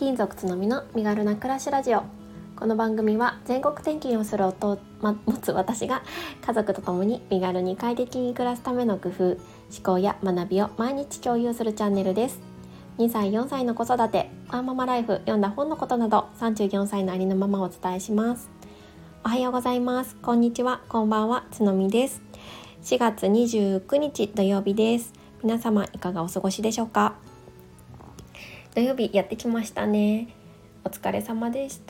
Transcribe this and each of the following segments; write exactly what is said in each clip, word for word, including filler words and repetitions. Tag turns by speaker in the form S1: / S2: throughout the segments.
S1: 勤族つのみの身軽な暮らしラジオ。この番組は全国転勤をする夫を持つ私が家族と共に身軽に快適に暮らすための工夫、思考や学びを毎日共有するチャンネルです。にさいよんさいの子育て、ワーママライフ、読んだ本のことなどさんじゅうよんさいのありのままをお伝えします。おはようございます、こんにちは、こんばんは、つのみです。しがつにじゅうくにち土曜日です。皆様いかがお過ごしでしょうか。土曜日やってきましたね。お疲れ様でした。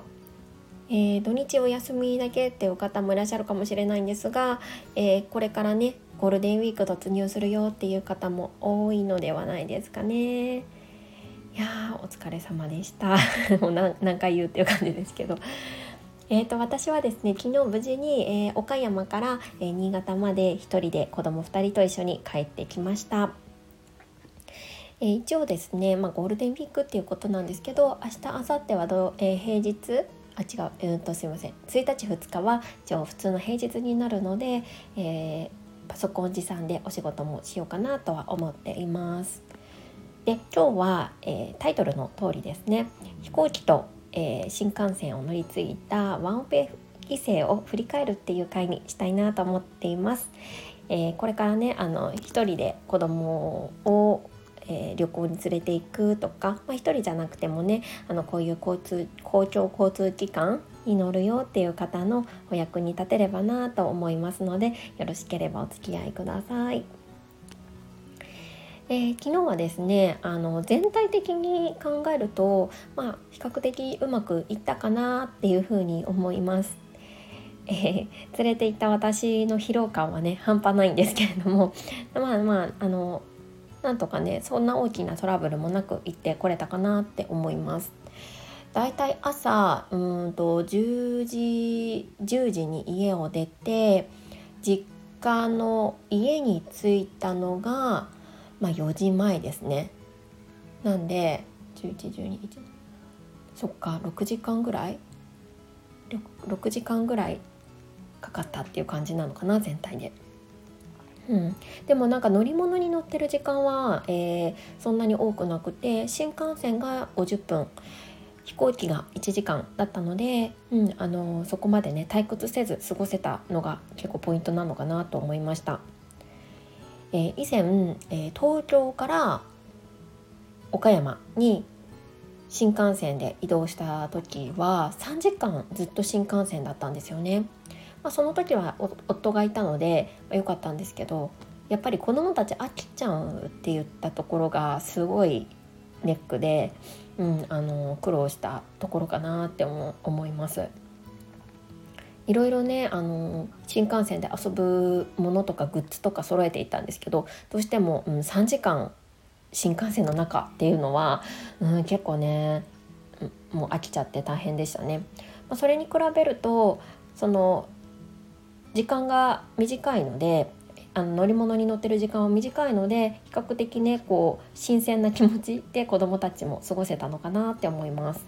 S1: えー、土日お休みだけっていう方もいらっしゃるかもしれないんですが、えー、これからねゴールデンウィーク突入するよっていう方も多いのではないですかね。いやーお疲れ様でしたもう 何, 何回言うっていう感じですけど、えー、と私はですね昨日無事に、えー、岡山から、えー、新潟まで一人で子供ふたりと一緒に帰ってきました。えー、一応ですね、まあ、ゴールデンウィークっていうことなんですけど、明日明後日はど、えー、平日あ違う、えー、とすいませんついたちふつかは一応普通の平日になるので、えー、パソコン持参でお仕事もしようかなとは思っています。で今日は、えー、タイトルの通りですね、飛行機と、えー、新幹線を乗り継いだワンオペ帰省を振り返るっていう回にしたいなと思っています。えー、これからねあの一人で子供をえー、旅行に連れて行くとか、まあ、一人じゃなくてもねあのこういう交通公共交通機関に乗るよっていう方のお役に立てればなと思いますので、よろしければお付き合いください。えー、昨日はですねあの全体的に考えると、まあ、比較的うまくいったかなっていうふうに思います。えー、連れて行った私の疲労感はね半端ないんですけれども、まあまああのなんとかねそんな大きなトラブルもなく行ってこれたかなって思います。だいたい朝うーんとじゅうじじゅうじに家を出て実家の家に着いたのが、まあ、よじまえですね。なんでじゅういち、じゅうに、そっかろくじかんぐらいろくじかんぐらいかかったっていう感じなのかな全体で。うん、でもなんか乗り物に乗ってる時間は、えー、そんなに多くなくて、新幹線がごじゅっぷん、飛行機がいちじかんだったので、うん、あのー、そこまでね退屈せず過ごせたのが結構ポイントなのかなと思いました。えー、以前、えー、東京から岡山に新幹線で移動した時はさんじかんずっと新幹線だったんですよね。まあ、その時は夫がいたので、まあ、よかったんですけど、やっぱり子どもたち飽きちゃうって言ったところがすごいネックで、うん、あの苦労したところかなって思、思います。いろいろねあの新幹線で遊ぶものとかグッズとか揃えていったんですけど、どうしても、うん、さんじかん新幹線の中っていうのは、うん、結構ねもう飽きちゃって大変でしたね。まあ、それに比べるとその時間が短いので、あの乗り物に乗ってる時間は短いので、比較的ねこう新鮮な気持ちで子どもたちも過ごせたのかなって思います。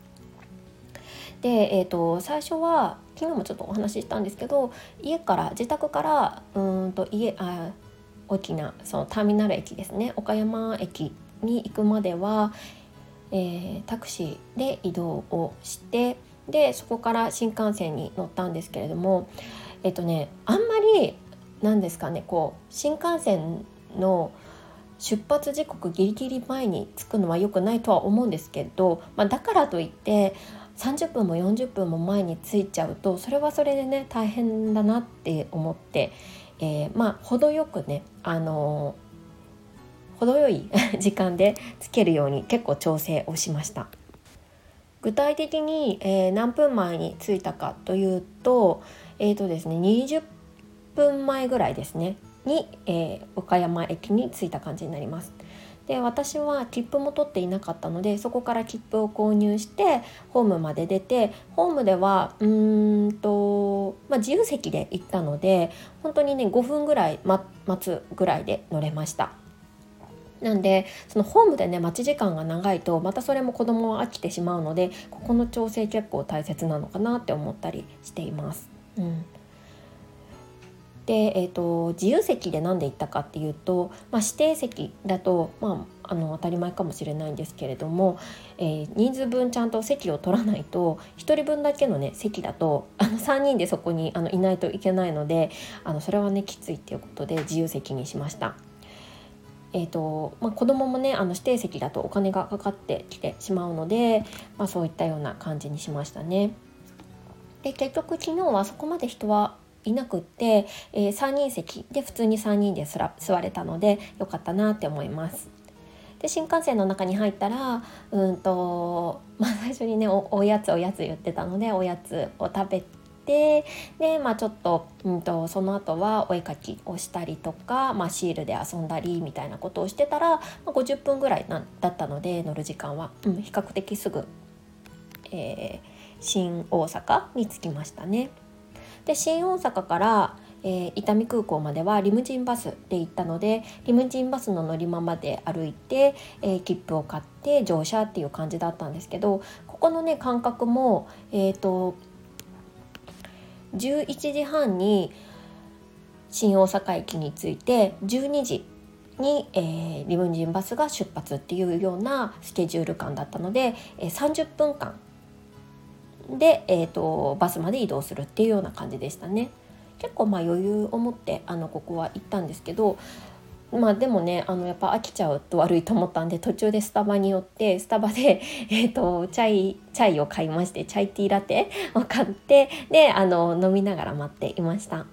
S1: で、えーと、最初は昨日もちょっとお話ししたんですけど、家から自宅からうーんと家あ大きなそのターミナル駅ですね、岡山駅に行くまでは、えー、タクシーで移動をして、でそこから新幹線に乗ったんですけれども、えっとねあんまりなんですかねこう新幹線の出発時刻ギリギリ前に着くのは良くないとは思うんですけど、まあ、だからといってさんじゅっぷんもよんじゅっぷんも前に着いちゃうとそれはそれでね大変だなって思って、えー、まあ程よくねあのー、程よい時間で着けるように結構調整をしました。具体的に、えー、何分前に着いたかというと、えーとですね、にじゅっぷんまえぐらいですねに、えー、岡山駅に着いた感じになります。で私は切符も取っていなかったので、そこから切符を購入してホームまで出て、ホームではうーんと、まあ、自由席で行ったので本当にねごふんぐらい待つぐらいで乗れました。なんでそのホームでね待ち時間が長いとまたそれも子供は飽きてしまうので、ここの調整結構大切なのかなって思ったりしています。うんで、えーと、自由席で何で行ったかっていうと、まあ、指定席だと、まあ、あの当たり前かもしれないんですけれども、えー、人数分ちゃんと席を取らないとひとりぶんだけの、ね、席だとあのさんにんでそこにあのいないといけないので、あのそれはねきついっていうことで自由席にしました。えーとまあ、子供もねあの指定席だとお金がかかってきてしまうので、まあ、そういったような感じにしましたね。で結局昨日はそこまで人はいなくって、えー、さんにん席で普通にさんにんですら座れたのでよかったなって思います。で新幹線の中に入ったらうんと、まあ、最初にね お, おやつおやつ言ってたのでおやつを食べて、で、まあ、ちょっと、うんとその後はお絵描きをしたりとか、まあ、シールで遊んだりみたいなことをしてたら、まあ、ごじゅっぷんぐらいなだったので乗る時間は、うん、比較的すぐ、えー、新大阪に着きましたね。で新大阪から、えー、伊丹空港まではリムジンバスで行ったので、リムジンバスの乗り場まで歩いて、えー、切符を買って乗車っていう感じだったんですけど、ここのね間隔も、えーと、じゅういちじはんに新大阪駅に着いてじゅうにじに、えー、リムジンバスが出発っていうようなスケジュール感だったので、えー、さんじゅっぷんかんで、えーと、バスまで移動するっていうような感じでしたね。結構まあ余裕を持ってあのここは行ったんですけど、まあでもねあのやっぱ飽きちゃうと悪いと思ったんで、途中でスタバに寄ってスタバで、えーと、チャイ、チャイを買いまして、チャイティーラテを買って、であの飲みながら待っていました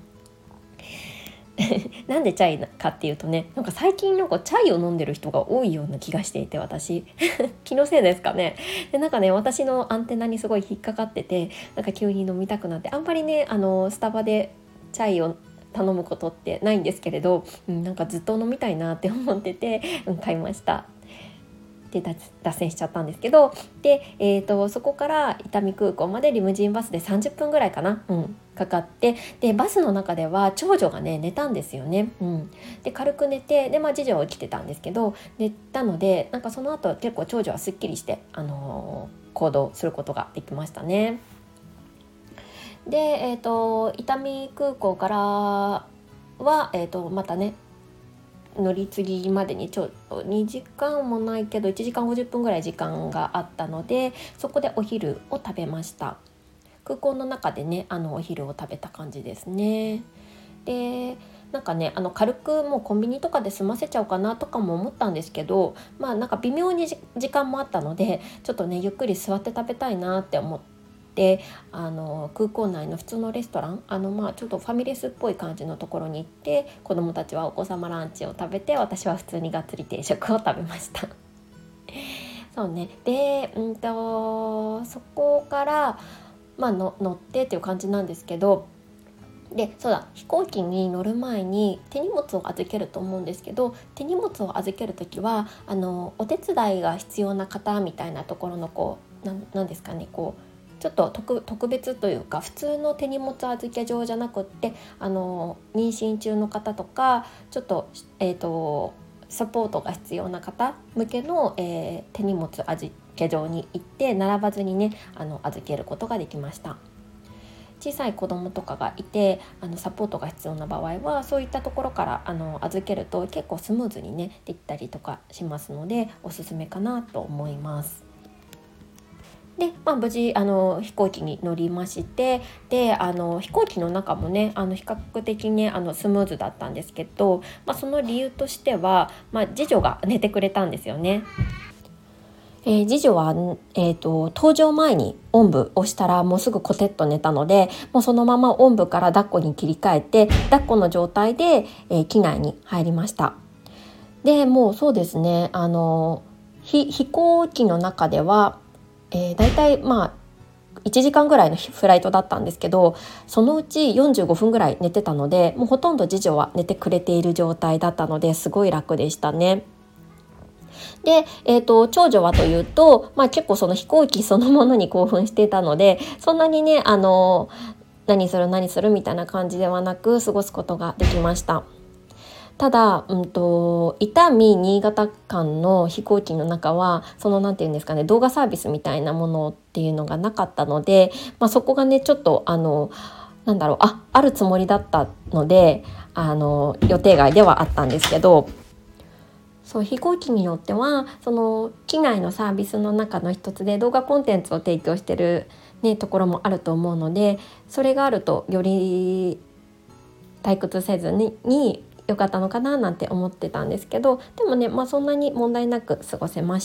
S1: なんでチャイかっていうとね、なんか最近なんかチャイを飲んでる人が多いような気がしていて、私気のせいですかね。でなんかね私のアンテナにすごい引っかかってて、なんか急に飲みたくなって、あんまりねあのスタバでチャイを頼むことってないんですけれど、うん、なんかずっと飲みたいなって思ってて、うん、買いました。で脱線しちゃったんですけど、で、えーと、そこから伊丹空港までリムジンバスでさんじゅっぷんぐらいかな、うん、かかって、でバスの中では長女がね寝たんですよね、うん、で軽く寝て、で、まあ、次女は起きてたんですけど寝たので、なんかその後結構長女はすっきりして、あのー、行動することができましたね。で、えーと、伊丹空港からは、えーと、またね乗り継ぎまでにちょっとにじかんもないけどいちじかんごじゅっぷんぐらい時間があったので、そこでお昼を食べました。空港の中でねあのお昼を食べた感じですね。でなんかねあの軽くもうコンビニとかで済ませちゃおうかなとかも思ったんですけど、まあなんか微妙に時間もあったので、ちょっとねゆっくり座って食べたいなって思ってであの空港内の普通のレストラン、あのまあちょっとファミレスっぽい感じのところに行って、子どもたちはお子様ランチを食べて、私は普通にがっつり定食を食べましたそうね。で、うんとそこから、まあ、の乗ってっていう感じなんですけど、でそうだ飛行機に乗る前に手荷物を預けると思うんですけど、手荷物を預けるときはあのお手伝いが必要な方みたいなところのこうな ん, なんですかねこうちょっと 特, 特別というか普通の手荷物預け場じゃなくって、あの妊娠中の方とかちょっと、えーと、サポートが必要な方向けの、えー、手荷物預け場に行って並ばずにねあの預けることができました。小さい子供とかがいてあのサポートが必要な場合はそういったところからあの預けると結構スムーズにねできたりとかしますので、おすすめかなと思います。で、まあ、無事あの飛行機に乗りまして、であの飛行機の中もねあの比較的ねあのスムーズだったんですけど、まあ、その理由としては、まあ、次女が寝てくれたんですよね。えー、次女は、えーと、搭乗前におんぶをしたらもうすぐコテッと寝たので、もうそのままおんぶから抱っこに切り替えて抱っこの状態で、えー、機内に入りました。でもうそうですねあの飛行機の中ではえー、だいたいまあいちじかんぐらいのフライトだったんですけど、そのうちよんじゅうごふんぐらい寝てたので、もうほとんど次女は寝てくれている状態だったのですごい楽でしたね。で、えーと、長女はというと、まあ、結構その飛行機そのものに興奮していたので、そんなにねあの何する何するみたいな感じではなく過ごすことができました。ただ、うんと、伊丹新潟間の飛行機の中はそのなんていうんですかね動画サービスみたいなものっていうのがなかったので、まあ、そこがねちょっとあのなんだろうああるつもりだったのであの予定外ではあったんですけど、そう飛行機によってはその機内のサービスの中の一つで動画コンテンツを提供してる、ね、ところもあると思うので、それがあるとより退屈せずにに良かったのかななんて思ってたんですけど、でもね、まあ、そんなに問題なく過ごせました。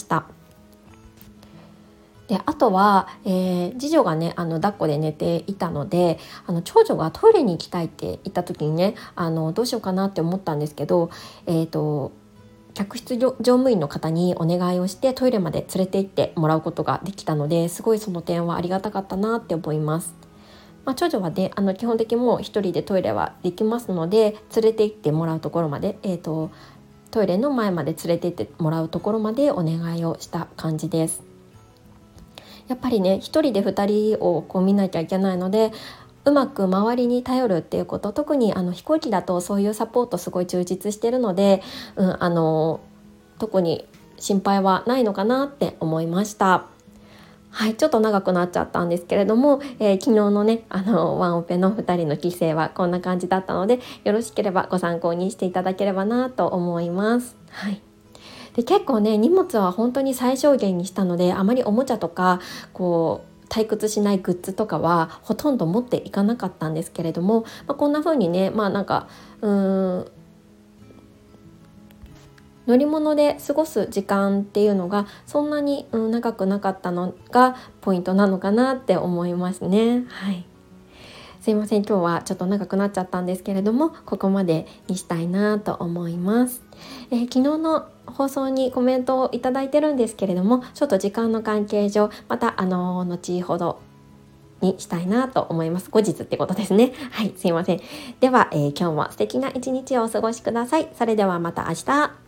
S1: であとは、えー、次女がねあの抱っこで寝ていたので、あの長女がトイレに行きたいって言った時にねあのどうしようかなって思ったんですけど、えーと客室乗務員の方にお願いをしてトイレまで連れて行ってもらうことができたので、すごいその点はありがたかったなって思います。まあ、長女はねあの基本的にもう一人でトイレはできますので、連れて行ってもらうところまで、えーと、トイレの前まで連れて行ってもらうところまでお願いをした感じです。やっぱりね一人で二人をこう見なきゃいけないので、うまく周りに頼るっていうこと、特にあの飛行機だとそういうサポートすごい充実してるので、うん、あの特に心配はないのかなって思いました。はい、ちょっと長くなっちゃったんですけれども、えー、昨日のねあのワンオペのふたりの帰省はこんな感じだったので、よろしければご参考にしていただければなと思います。はい、で結構ね荷物は本当に最小限にしたので、あまりおもちゃとかこう退屈しないグッズとかはほとんど持っていかなかったんですけれども、まあ、こんな風にねまあなんかうーん乗り物で過ごす時間っていうのがそんなに、うん、長くなかったのがポイントなのかなって思いますね。はい、すいません今日はちょっと長くなっちゃったんですけれども、ここまでにしたいなと思います。えー、昨日の放送にコメントをいただいてるんですけれども、ちょっと時間の関係上またあの後ほどにしたいなと思います。後日ってことですね。はい、すいません。では、えー、今日も素敵な一日をお過ごしください。それではまた明日。